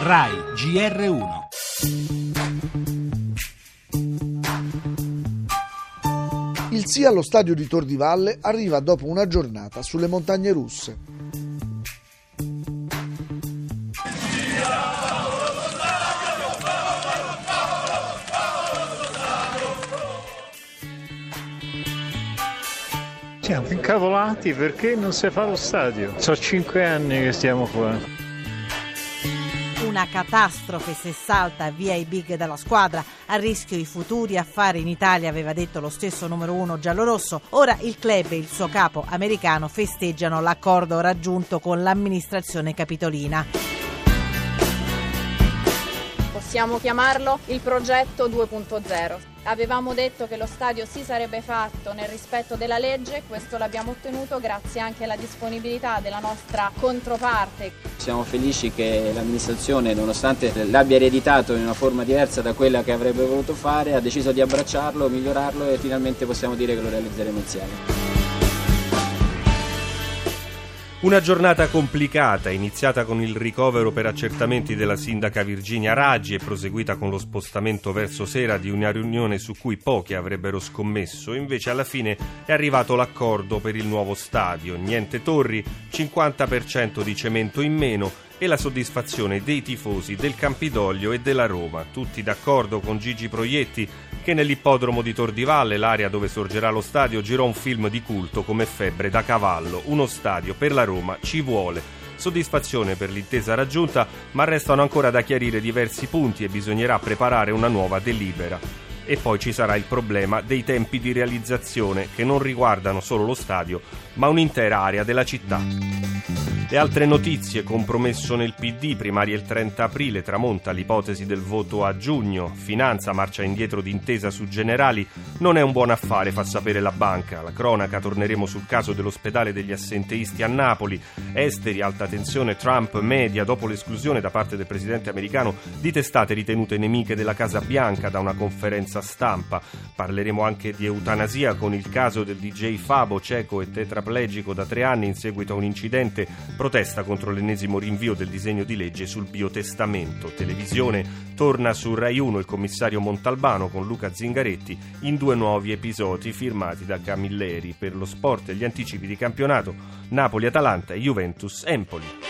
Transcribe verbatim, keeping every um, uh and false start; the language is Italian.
Rai G R uno. Il sì allo stadio di Tor di Valle arriva dopo una giornata sulle montagne russe. Siamo incavolati perché non si fa lo stadio. Sono cinque anni che stiamo qua. Una catastrofe se salta via i big della squadra, a rischio i futuri affari in Italia, aveva detto lo stesso numero uno giallorosso. Ora il club e il suo capo americano festeggiano l'accordo raggiunto con l'amministrazione capitolina. Possiamo chiamarlo il progetto due punto zero. Avevamo detto che lo stadio si sarebbe fatto nel rispetto della legge, questo l'abbiamo ottenuto grazie anche alla disponibilità della nostra controparte. Siamo felici che l'amministrazione, nonostante l'abbia ereditato in una forma diversa da quella che avrebbe voluto fare, ha deciso di abbracciarlo, migliorarlo e finalmente possiamo dire che lo realizzeremo insieme. Una giornata complicata, iniziata con il ricovero per accertamenti della sindaca Virginia Raggi e proseguita con lo spostamento verso sera di una riunione su cui pochi avrebbero scommesso. Invece alla fine è arrivato l'accordo per il nuovo stadio. Niente torri, cinquanta per cento di cemento in meno e la soddisfazione dei tifosi del Campidoglio e della Roma. Tutti d'accordo con Gigi Proietti che nell'ippodromo di Tor di Valle, l'area dove sorgerà lo stadio, girò un film di culto come Febbre da cavallo. Uno stadio per la Roma ci vuole. Soddisfazione per l'intesa raggiunta, ma restano ancora da chiarire diversi punti e bisognerà preparare una nuova delibera. E poi ci sarà il problema dei tempi di realizzazione che non riguardano solo lo stadio, ma un'intera area della città. E altre notizie: compromesso nel P D, primarie il trenta aprile, tramonta l'ipotesi del voto a giugno, finanza marcia indietro d'intesa su generali, non è un buon affare, fa sapere la banca. La cronaca, torneremo sul caso dell'ospedale degli assenteisti a Napoli, esteri, alta tensione, Trump, media, dopo l'esclusione da parte del presidente americano di testate ritenute nemiche della Casa Bianca da una conferenza stampa. Parleremo anche di eutanasia con il caso del D J Fabo, cieco e tetraplegico da tre anni in seguito a un incidente. Protesta contro l'ennesimo rinvio del disegno di legge sul biotestamento. Televisione, torna su Rai uno il commissario Montalbano con Luca Zingaretti in due nuovi episodi firmati da Camilleri. Per lo sport e gli anticipi di campionato, Napoli-Atalanta e Juventus-Empoli.